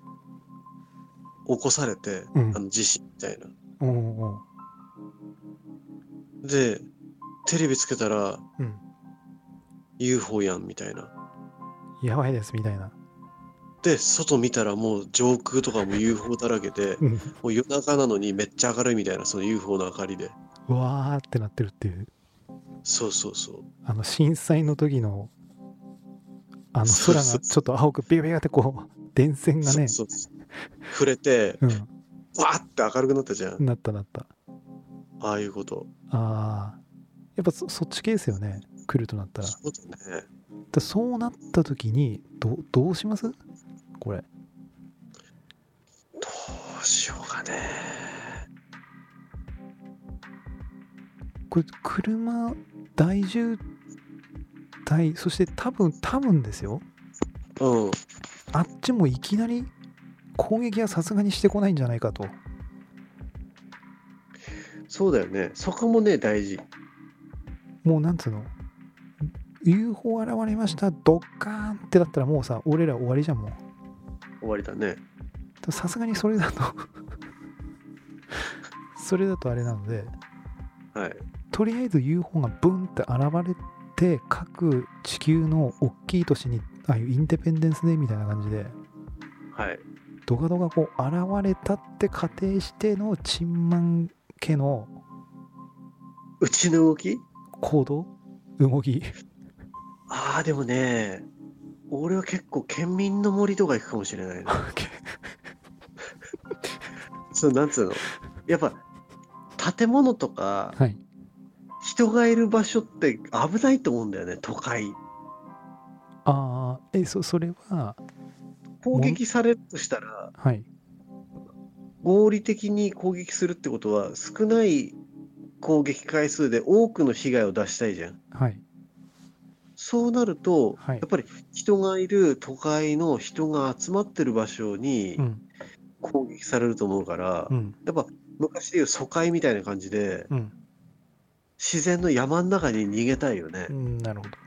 起こされて、 うんあの地震みたいな。 うんうんで、テレビつけたらうんユーフォー やんみたいな。 やばいですみたいな。 で、外見たらもう上空とかも ユーフォー だらけで、 うん。 もう夜中なのにめっちゃ明るいみたいな、その ユーフォー の明かりで。 うわーってなってるっていう。 そうそうそう。 あの震災の時のあのそう空がそうそちょっと青くビカビカってこう電線う。 がね、 そうそうそう。触れて、 うん、 わーって明るくなったじゃん。 なったなった。 ああいうこと。 ああ、やっぱ そ, そっち系ですよね。来るとなったら。 そうだね。 だそうなった時にどどうしますこれ。 どうしようかね。 これ車大渋滞、そして多分多分ですよ。 うん。 あっちもいきなり攻撃はさすがにしてこないんじゃないかと。 そうだよね。そこもね、大事。 もうなんつうの ユーフォー 現れましたドッカーンってだったらもうさ俺ら終わりじゃんもう。 終わりだね。 さすがにそれだとそれだとあれなので、 はい。 とりあえず ユーフォー がブンって現れて各地球の大きい都市にああいうインデペンデンスデーみたいな感じではい。 ドカドカこう現れたって仮定してのチンマン家のうちの動き行動動きああ、でもね、俺は結構県民の森とか行くかもしれないな。そう、なんつうの。やっぱ、建物とか、 はい。 人がいる場所って危ないと思うんだよね、都会。 ああ、え、そ、それは、 攻撃されるとしたら、 はい。 合理的に攻撃するってことは、少ない攻撃回数で多くの被害を出したいじゃん。 はい。 そうなると、 はいやっぱり人がいる都会の人が集まってる場所うにん。 攻撃されると思うから、 うん。 やっぱ昔でいう疎開みたいな感じで、 うん。 自然の山の中に逃げたいよねう。ん、なるほど。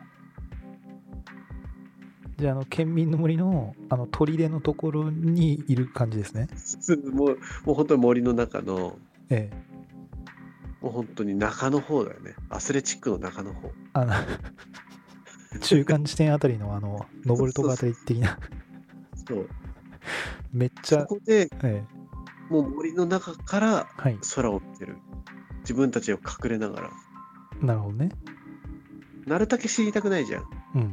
じゃあ、あの、県民の森の、あの、砦のところにいる感じですね。 もう、もう本当に森の中の、 ええ。 もう本当に中の方だよね。アスレチックの中の方。 あの、中間地点あたりの、あの、登るとこあたり的な、 そう。 めっちそゃ、 こでええ。 もう森の中からはい。 空を見てる。自分たちを隠れながら。 なるほどね。 なるだけ知りたくないじゃん。 うん。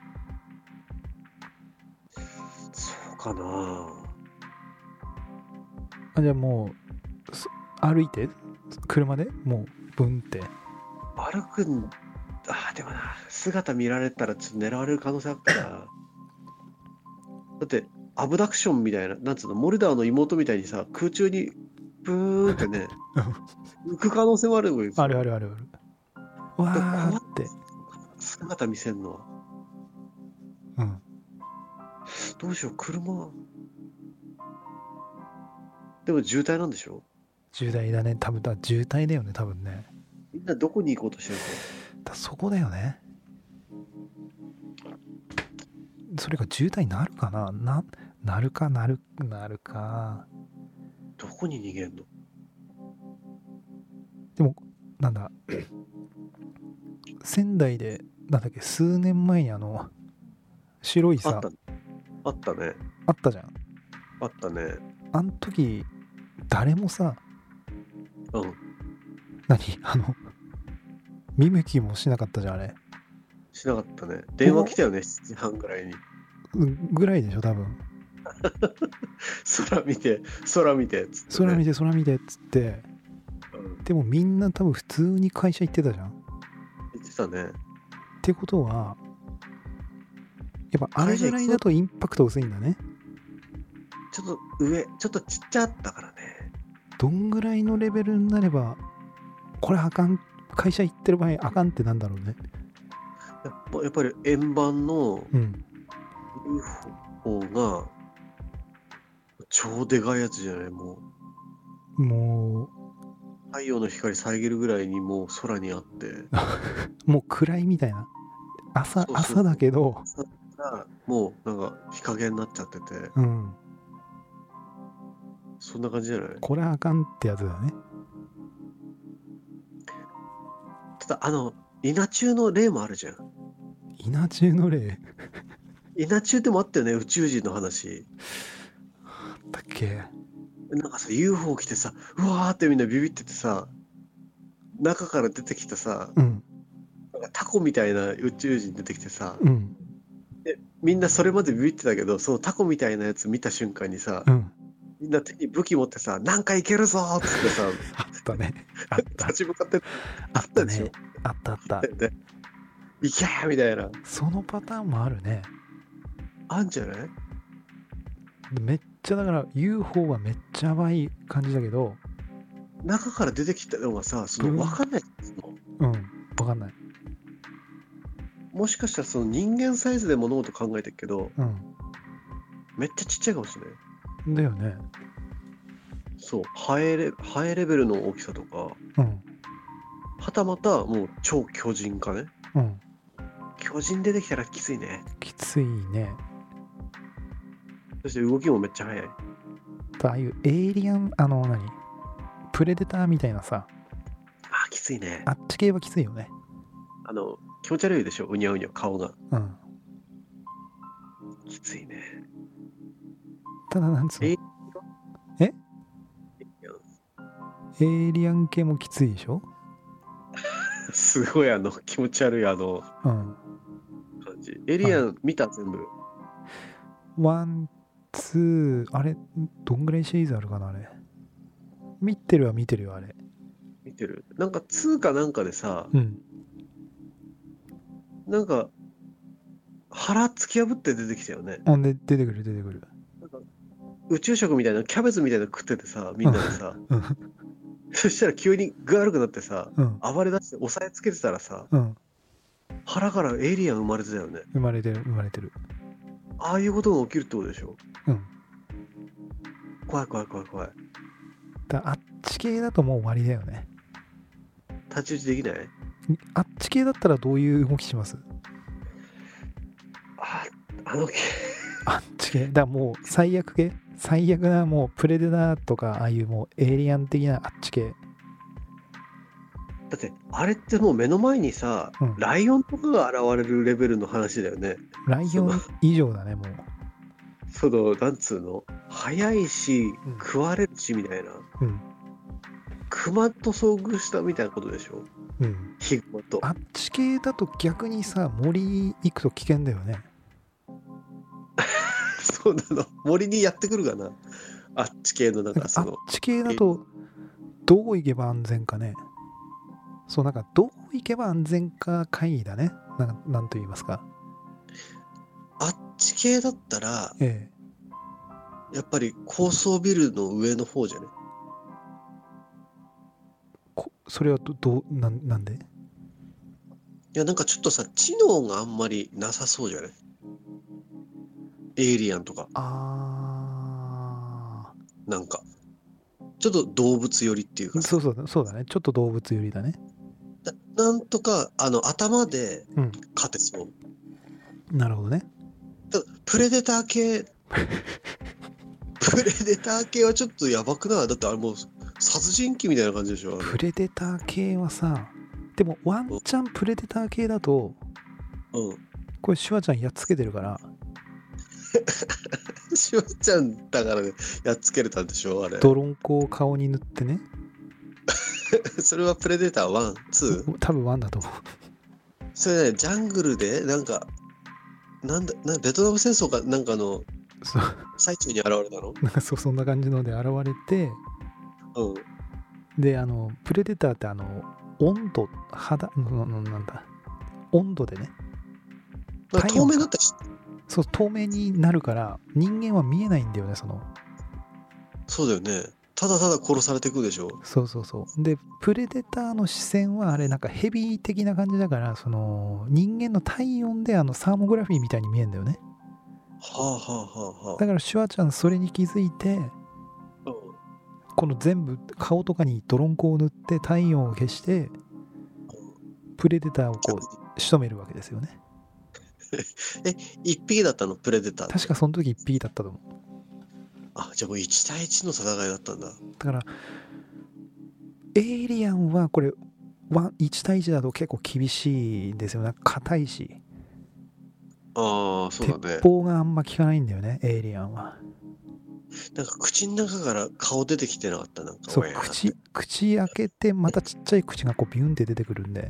そうかな。 あ、じゃあもう、す歩いて、車でもう、ブンって。 歩くん、ああ、でもな、姿見られたらちょっと狙われる可能性あるから。だって、アブダクションみたいな、なんつうの、モルダーの妹みたいにさ、空中にブーンってね、浮く可能性もあるわけですよ。 あるあるあるある。わだからーって。 姿見せんのは。 うん。 どうしよう、車。でも渋滞なんでしょ？ 渋滞だね。多分だ、渋滞だよね、多分ね。 みんなどこに行こうとしてるだそこだよね。それが渋滞になるかなな、なるかなる、なるか。 の？どこに逃げんの？ でも、なんだ、仙台で、なんだっけ、数年前にあの、白いさ、 あった、あったね。 あったじゃん。 あったね。 あん時、誰もさ、 うん。 何あの、見向きもしなかったじゃん、あれ。 しなかったね。電話来たよね、しちじはんぐらいに。 うんぐらいでしょ、多分。 空見て、空見て、つって、ね。 空見て、空見て、っつって。 うん、 でもみんな多分普通に会社行ってたじゃん。っ言ってたね。 てことは、やっぱあれぐらいだとインパクト薄いんだね。 ちょっと上、ちょっとちっちゃったからね。 どんぐらいのレベルになれば、これあかん、会社行ってる場合あかんってなんだろうね。 やっぱやっぱり円盤のうん。 ユーフォー が超でかいやつじゃない？もうも太陽の光遮るぐらいにもう空にあって、 う、もう暗いみたいな。朝、 そうそうそう朝だけど、 朝からもうなんか日陰になっちゃってて、 うん。 そんな感じじゃない？ これあかんってやつだね。 ただあの稲中の例もあるじゃん。 稲中の例。 稲中でもあったよね、宇宙人の話。 だっけ。 なんかさ、ユーフォー 来てさ、うわーってみんなビビっててさ、中から出てきたさ、 うんなんかタコみたいな宇宙人出てきてさ、 うんで、みんなそれまでビビってたけど、そのタコみたいなやつ見た瞬間にさ、 うんみんな手に武器持ってさ、なんかいけるぞーっつってさ、 あったね。あった立ち向かってああったでしょ。 ったね。あったあった。 で、いけーみたいな。 そのパターンもあるね。 あんじゃない？ めっちゃだから ユーフォー はめっちゃやばい感じだけど、 中から出てきたのがさ、その、 ブーンわかんない。そのうんわかんない。 もしかしたらその人間サイズで物事考えてるけど、 うんめっちゃちっちゃいかもしれない。 だよね。 そう、ハエレ、ハエレベルの大きさとか、 うんはたまたもう超巨人化ね。 うん巨人出てきたらきついね。 きついね。 そして動きもめっちゃ速い。 ああいうエイリアン、あの何プレデターみたいなさ、 あー、きついね。 あっち系はきついよね。 あの、気持ち悪いでしょ、うにゃうにゃ、顔が。 うんきついね。 ただなんつうのええエイリアン系もきついでしょ。 すごいあの、気持ち悪いあのうん感じ。エリアン見た全部。 ワンツーあれどんぐらいシリーズあるかなあれ。見てるは見てるよあれ。 見てる。なんかツーかなんかでさ、 うんなんか腹突き破って出てきたよね。 ほんで出てくる出てくる。 なんか宇宙食みたいな、キャベツみたいなの食っててさ、みんなでさ、 うんそしたら急に具悪くなってさ、 うん暴れ出して押さえつけてたらさ、 うん腹からエイリアン生まれてたよね。 生まれてる生まれてる。 ああいうことが起きるってことでしょ。 うん怖い怖い怖い怖い。 だあっち系だともう終わりだよね。 太刀打ちできない？ あっち系だったらどういう動きします？ あ、あの、 あっち系だからもう最悪系最悪なもうプレデターとかああいうもうエイリアン的なあっち系。 だってあれってもう目の前にさ、 うんライオンとかが現れるレベルの話だよね。 ライオン以上だねもう。 その、なんつうの、速いし、 うん食われるしみたいな。 うん熊と遭遇したみたいなことでしょ。 うんヒグマと。 あっち系だと逆にさ森行くと危険だよね。 そうなの。森にやってくるかな。あっち系のなんなんかあっかその、 ち系だとどう行けば安全かね。そうなんかどう行けば安全か会議だね。なんかなんと言いますか。 あっち系だったら、 ええやっぱり高層ビルの上の方じゃね。 こそれはどどうなんなんで？ いや、なんかちょっとさ、知能があんまりなさそうじゃない？エイリアンとか、 あなんか、ちょっと動物寄りっていうかさ、 ーそうそうそうだね。ちょっと動物寄りだね。 ななんとか、あの、頭でうん勝てそう。 なるほどね。 ただプレデター系、プレデター系はちょっとやばくない？だってあれもう殺人鬼みたいな感じでしょ、あれ。 プレデター系はさでもワンチャンプレデター系だとうん。 これシュワちゃんやっつけてるからしわちゃんだからね、やっつけれたんでしょ、あれ。 泥んこを顔に塗ってね。 それはプレデターワン、ツー？ 多分ワンだと思う。 それね、ジャングルで、なんか、なんだ、なんベトナム戦争かなんかのそう最中に現れたの？ なんかそそんな感じので現れて、 うん。 であのプレデターってあの温度肌ののなんだ温度でねなんか体温透明だったし、 そう透明になるから人間は見えないんだよね。そのそうだよね。ただただ殺されていくでしょ。 そうそうそうでプレデターの視線はあれなんかヘビー的な感じだからその人間の体温であのサーモグラフィーみたいに見えるんだよね。 はあはあはあはだからシュワちゃんそれに気づいてあ。うん。 この全部顔とかに泥んこを塗って体温を消してプレデターをこう仕留めるわけですよね。 え、一匹だったの、プレデターって。 確かその時一匹だったと思う。 あ、じゃあもういち対いちの戦いだったんだ。 だからエイリアンはこれいち対いちだと結構厳しいんですよね。硬いしああ、そうだ鉄ね。 砲があんま効かないんだよね、エイリアンは。 なんか口の中から顔出てきてなかった、なんか、 そう、 おやーって。 口、口開けて、またちっちゃい口がこうビュンって出てくるんで、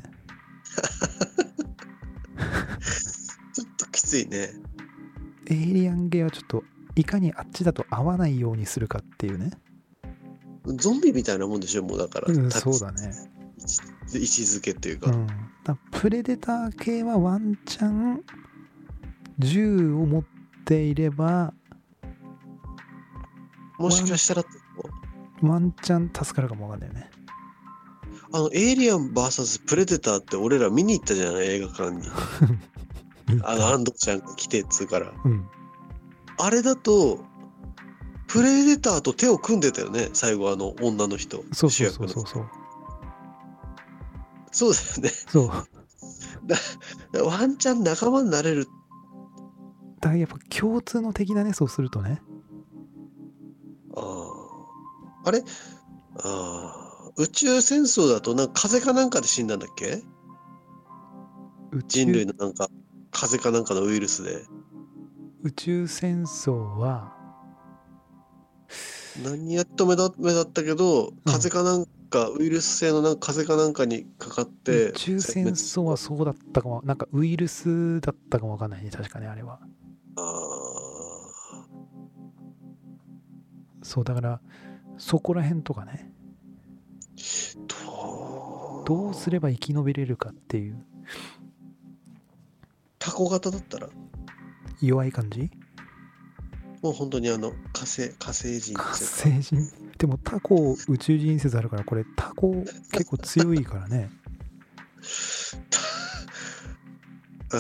ちょっときついね。 エイリアンゲーはちょっと、いかにあっちだと合わないようにするかっていうね。 ゾンビみたいなもんでしょ、もうだから。 うん、 立ちそうだね。 位置位置づけっていうか。 うん。だプレデター系はワンチャン、銃を持っていれば、 もしかしたら、 ワンチャン助かるかもわかんないよね。 あの、エイリアン ブイエス プレデターって俺ら見に行ったじゃない、映画館に。あの、安藤ちゃんが来てっつうから。 うん。 あれだと、プレデターと手を組んでたよね、最後あの女の人。 そうそう主役の。 そうそうそう。 そうだよね。 そう。 だワンチャン仲間になれる。 だからやっぱ共通の敵だね、そうするとね。 ああ。あれああ。宇宙戦争だと、なんか風邪かなんかで死んだんだっけ、 宇人類宙、 のなんか、風邪かなんかのウイルスで。 宇宙戦争は、 何やっと目だ目だったけど、 うん風邪かなんか、ウイルス性のなんか風邪かなんかにかかっ宇て、 宙戦争はそうだったかも、なんかウイルスだったかもわかんないね、確かにあれは。 ああ。 そう、だから、そこら辺とかね、 と、 どうすれば生き延びれるかっていう、 タコ型だったら、 弱い感じ。 もう本当にあの、火星、火星人火っていうか、 星人。でもタコ宇宙人説あるから、これタコ結構強いからね。 うん。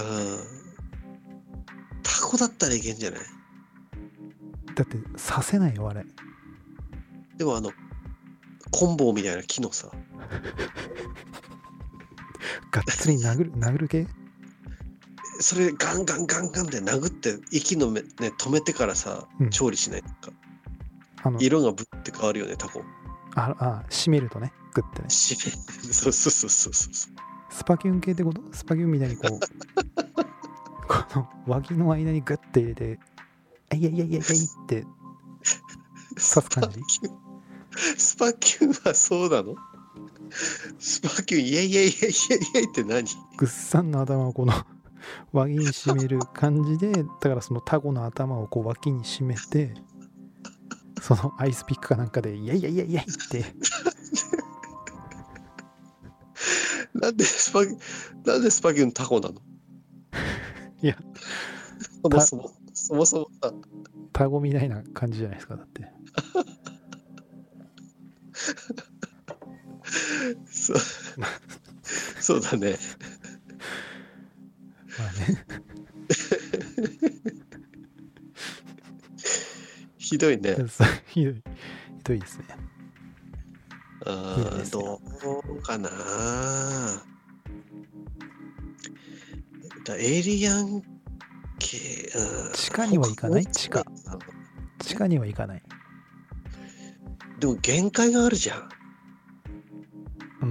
タコだったらいけんじゃない？ だって刺せないよ、あれ。 でもあの、コンボウみたいな木のさ、 がっつり殴る、殴る系。 それでガンガンガンガンで殴って息のめ、ね、止めてからさ、 うん調理しないとか。 あの、 色がブッて変わるよね、タコ。 あ、あ、締めるとね、グッてね。 しそうそうそうそうそう。 スパキュン系ってこと？スパキュンみたいにこう、この脇の間にグッて入れて、あいやいやいやいやいって刺す感じ。 スパキュンはそうなの？スパキュン、イエイイエイイエイイエイイエイって何？ ぐっさんの頭をこの脇に締める感じで、だからそのタコの頭をこう脇に締めて、そのアイスピックかなんかで、いやいやいやいやいって。 なんでスパ、なんでスパキュンタコなの？ いや、 そもそも、そもそもさ、 タコみたいな感じじゃないですか、だって。 そうそうだね。 まあね。 ひどいね。 ひどい、ひどいですね。 あーいいですどようかな。だエイリアン系、うん、 地下には行かない？ 他地下。地下には行かない。 でも限界があるじゃん。 うん。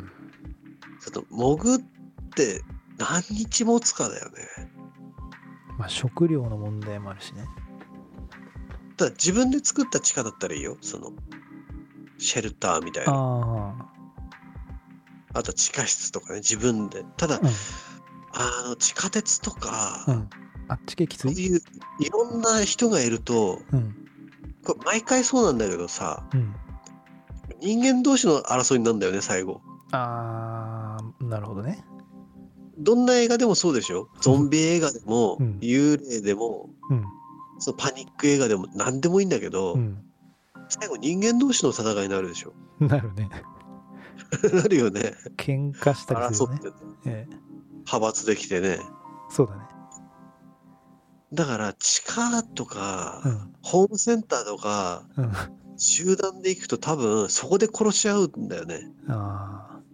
ちょっと潜って何日持つかだよね。 まあ食料の問題もあるしね。 ただ自分で作った地下だったらいいよ。そのシェルターみたいな。 ああと地下室とかね、自分で。ただ、 あ。うん。 あの地下鉄とか、 うん。あっち系きつい？ そういういろんな人がいると、 うん。 これ毎回そうなんだけどさ、 うん。 人間同士の争いになるんだよね、最後。 ああ、なるほどね。 どんな映画でもそうでしょ？ゾンビ映画でも、 うん幽霊でも、 うん。 そのパニック映画でも何でもいいんだけど、 うん。 最後人間同士の戦いになるでしょ？ なるね。 なるよね。 喧嘩したりするよね。 争ってね、 ええ、 派閥できてね。 そうだね。 だから地下とか、 うん。 ホームセンターとか、 うん。 集団で行くと多分そこで殺し合うんだよね。 ああ。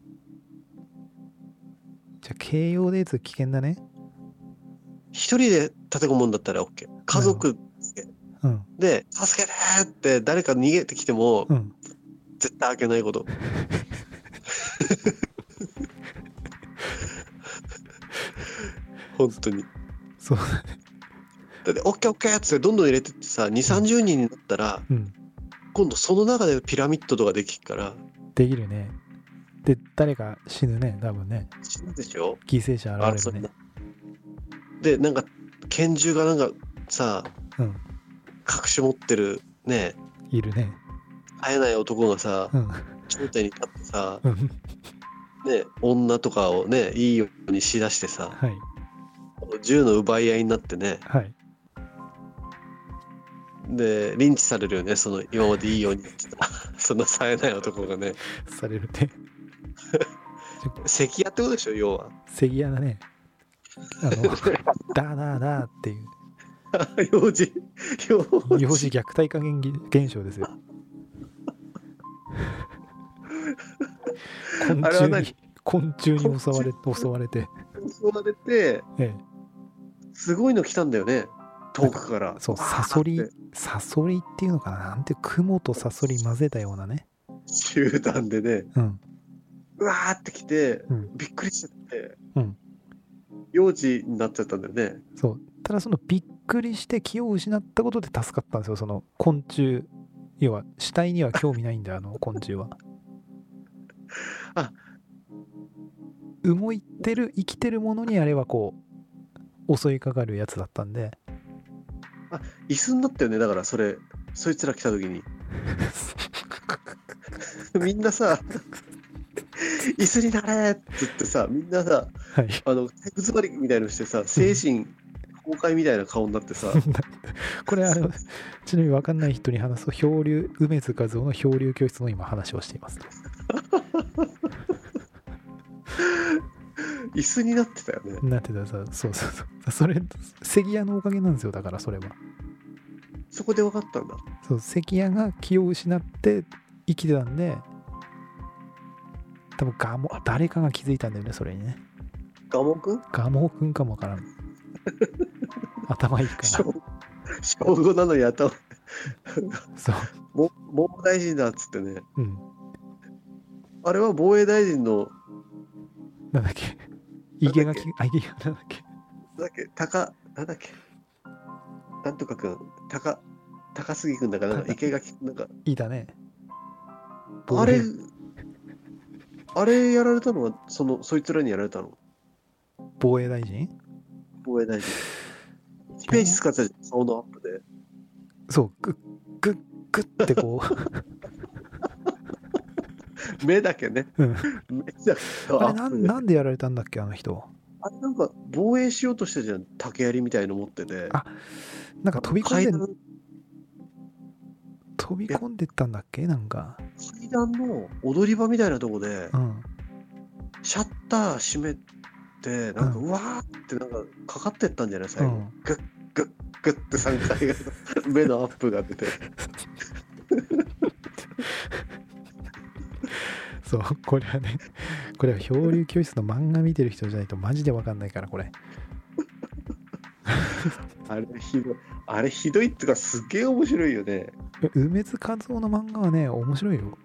じゃあ、慶応でやつ危険だね。 一人で立てこもんだったら OK。家族うん。 で、助けてーって誰か逃げてきても、 うん。 絶対開けないこと。本当に。 そうだってオッケーオッケーっつってどんどん入れてってさ、にじゅう、さんじゅうにんになったら、 うん今度その中でピラミッドとかできるから、 できるね。で誰か死ぬね多分ね。 死ぬでしょ。 犠牲者現れるね。 で、なんか拳銃がなんかさ、 うん隠し持ってるね、 いるね。 会えない男がさ、 うん頂点に立ってさ、 うんね、女とかをね、いいようにしだしてさ、 はい銃の奪い合いになってね、 はいで、リンチされるよね、その今までいいようにやってた、そんな冴えない男がね。 されるね。 関屋ってことでしょ、要は。 関屋だね。あのダーダーダーっていう幼児、幼幼児児。 虐待化現象ですよ。昆あれは何？ 虫に昆虫に襲われ襲われて、 襲われて、 ええ、 すごいの来たんだよね、遠くから。 そうわーサソリってサソリっていうのかな、なんて雲とサソリ混ぜたようなね。 集団でね、 うんうわーって来て、 うんびっくりしちゃって、 うん幼児になっちゃったんだよね。 そうただそのびっくりして気を失ったことで助かったんですよ。その昆虫、要は死体には興味ないんだよあの昆虫は。 あ、 動いてる生きてるものにあれはこう襲いかかるやつだったんで椅子になったよね、だからそれ、そいつら来た時に。みんなさ、椅子になれって言ってさ、みんなさ、 はいあの、手くずばりみたいのしてさ、精神崩壊みたいな顔になってさ、 これあのちなみに分かんない人に話すと漂流梅津和夫の漂流教室の今話をしています。 椅子になってたよね。 なってたさ、そうそうそうそれ関谷のおかげなんですよ。だからそれはそこで分かったんだ。 そう関谷が気を失って生きてたんで、多分ガモ誰かが気づいたんだよねそれにね。 ガモくん？ ガモくんかもわからん。頭いいから小小五なのに頭、 そうも文部大臣だっつってね。 うんあれは防衛大臣の、 なんだっけ池垣あ池垣なんだっけなんだっけ、高、なんだっけ、なんとかくん、高、高杉くんだかなんか、池垣くんなんか、 いたね。 あれ、あれやられたのは、その、そいつらにやられたの？ 防衛大臣防衛大臣。いちページ使ってたじゃん、サウンドアップで。 そうグッグッグッってこ目だけね。 う、うん、 目だけあれなアップで。 なんでやられたんだっけあの人。 あれなんか防衛しようとしてたじゃん、竹槍みたいの持ってて。 あなんか飛び込んで階段飛び込んでったんだっけなんか、 階段の踊り場みたいなとこでう、ん、 シャッター閉めて、なんか、 ううわーってなんかかかってったんじゃない最後。 うんグッグッグッってさんかいが目のアップが出て。 そうこれはねこれは漂流教室の漫画見てる人じゃないとマジで分かんないからこれ。 あれひどい。あれひどいってかすっげえ面白いよね。 梅津和夫の漫画はね面白いよ。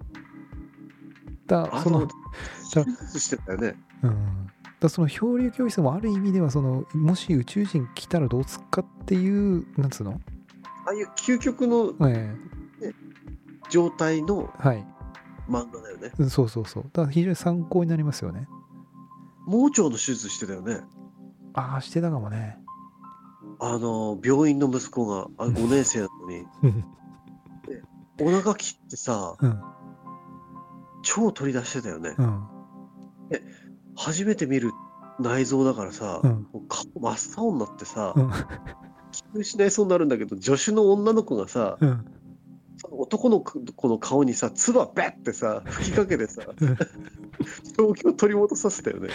だあそのの、手術してたよね。 うんだその漂流教室もある意味ではそのもし宇宙人来たらどうすっかっていうなんつうの、 ああいう究極のえ状態のえはい漫画だよね。 うんそうそうそうだから非常に参考になりますよね。 盲腸の手術してたよね。 ああしてたかもね。 あの、病院の息子があうんごねん生なのに、 うんお腹切ってさ、 うん腸取り出してたよね。 うん初めて見る内臓だからさ、 うんもう顔真っ青になってさ、 うん気失いそうになるんだけど、助手の女の子がさ、 うんその男の子の顔にさ、唾ベッてさ、吹きかけてさ、 うん状況取り戻させたよね。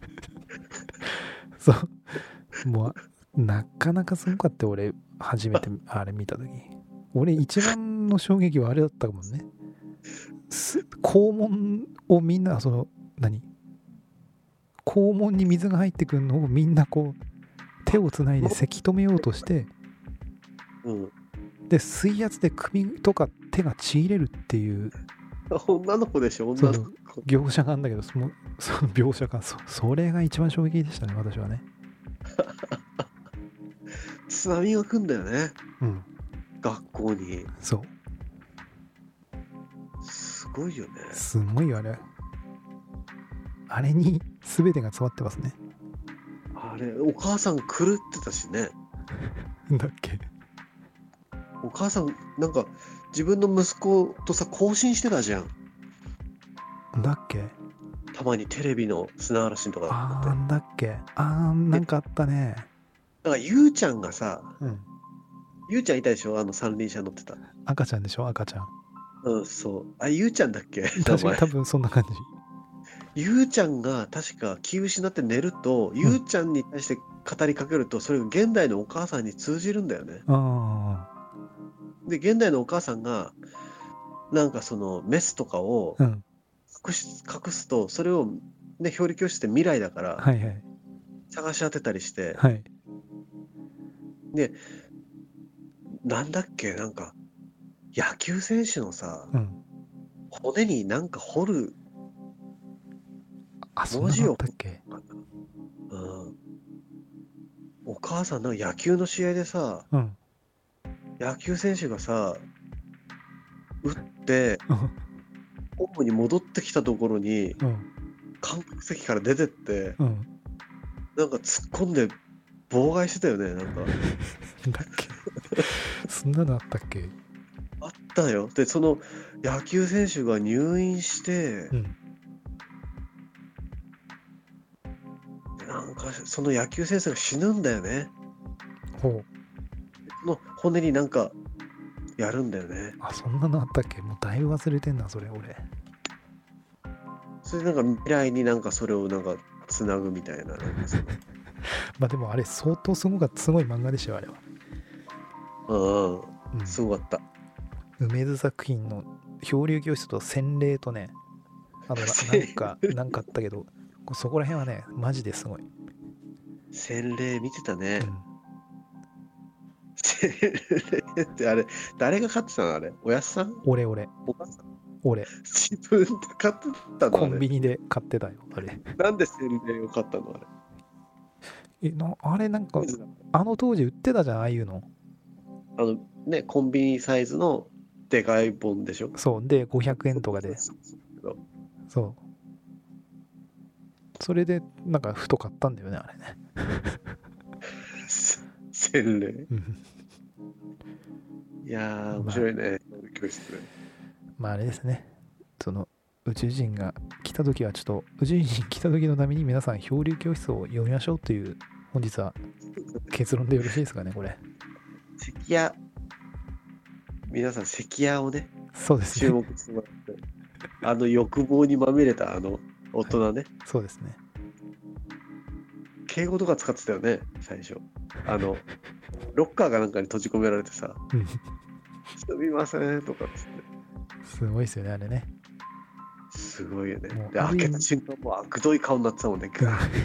そうもうなかなかすごかったよ俺初めてあれ見た時。俺一番の衝撃はあれだったもんね。す肛門をみんなその何肛門に水が入ってくるのをみんなこう手をつないでせき止めようとしてうん。 で水圧で首とか手がちぎれるっていう女の子でしょ、女の子。 描写があるんだけどそのその描写がそそれが一番衝撃でしたね私はね。 津波が来んだよね、 うん学校に。 そうすごいよね。 すごいよあれあれに全てが詰まってますね。 あれ、お母さん狂ってたしね。 だっけ。 お母さん、なんか、自分の息子とさ、交信してたじゃん。 だっけ。 たまにテレビの砂嵐とかあだって。 ーだっけ。あーなんかあったね。 だから、ゆうちゃんがさ、 うんゆうちゃんいたでしょ、あの三輪車乗ってた。 赤ちゃんでしょ赤ちゃん。 うん、そう。あ、ゆうちゃんだっけ名前。 確か多分そんな感じ。 ゆうちゃんが確か気失って寝ると、ゆうちゃんに対して語りかけると、それが現代のお母さんに通じるんだよね。 あで、現代のお母さんが、なんかそのメスとかをあうん隠し、隠すと、それを、ね、表裏教室って未来だから、 はいはい探し当てたりして、 はいで、なんだっけ、なんか、野球選手のさ、 うん骨になんか彫るあそんなのあ文字をったっけ。 彫るのかな。うん。お母さん、なんか野球の試合でさ、 うん野球選手がさ、打って、 うんホームに戻ってきたところに、 うん観客席から出てって、 うんなんか突っ込んで妨害してたよね、なんか。 だっけ。そんなのあったっけ。 あったよ。で、その野球選手が入院してう、んなんかその野球選手が死ぬんだよね。 ほうその骨になんかやるんだよね。 あそんなのあったっけ。もうだいぶ忘れてんなそれ俺。 それでなんか未来になんかそれをなんかつなぐみたいな、なんかそのまあでもあれ相当すごかったすごい漫画でしたよあれは。 うんううんん、すごかった。 梅津作品の漂流教室と洗礼とねあとななんかなんかあったけどそこら辺はねマジですごい。 洗礼見てたね。 うん洗礼ってあれ、誰が買ってたのあれ。おやっさん俺俺お母さん俺自分で買ってたのあれ。 コンビニで買ってたよあれ。 なんで洗礼を買ったのあれ。 えなあれなんかクイズだあの当時売ってたじゃんああいうの。 あのね、コンビニサイズのでかい本でしょ。 そうでごひゃくえんとかでそうそうそうそうそれでなんかふと買ったんだよねあれね。 洗礼。 うんいやー、面白いね。教室。 まああれですねその宇宙人が来た時はちょっと宇宙人来た時のために皆さん漂流教室を読みましょうという本日は結論でよろしいですかねこれ。 関谷、皆さん関谷をね、 そうですね注目してもらって、あの欲望にまみれたあの大人ね、 そうですね敬語とか使ってたよね、最初。あの、ロッカーかなんかに閉じ込められてさ、 うんすみませんとかっつって、 すごいですよねあれね。 すごいよね。で、 もうある意味開けた瞬間、もう悪どい顔になってたもんね、ガーって。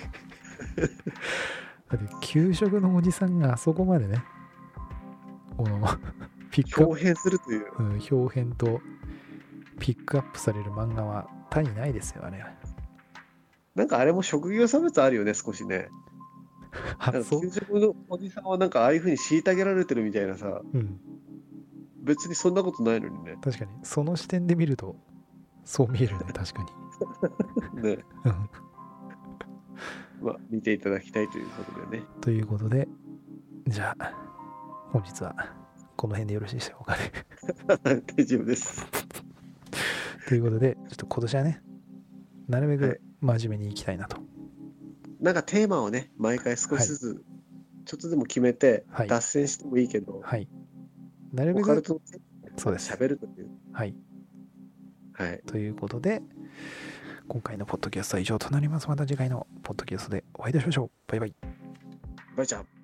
だって給食のおじさんがあそこまでねこのピックアッ表変するという。 プ、うん、表変とピックアップされる漫画は他にないですよあれは。 なんかあれも職業差別あるよね、少しね。なんかあそう給食のおじさんはなんかああいう風に虐げられてるみたいなさ、 うん別にそんなことないのにね。 確かにその視点で見るとそう見えるね確かに。 ね、 うんまあ、見ていただきたいということでね。 ということでじゃあ本日はこの辺でよろしいでしょうかね。 大丈夫です。 ということでちょっと今年はねなるべはいく真面目にいきたいなと。 なんかテーマをね、毎回少しずつ、ちょっとでも決めて、 はい脱線してもいいけど、 はいなるべくオカルトのテーマそうです喋るという。 はいはい。 ということで今回のポッドキャストは以上となります。また次回のポッドキャストでお会いいたしましょう。バイバイ。 バイちゃん。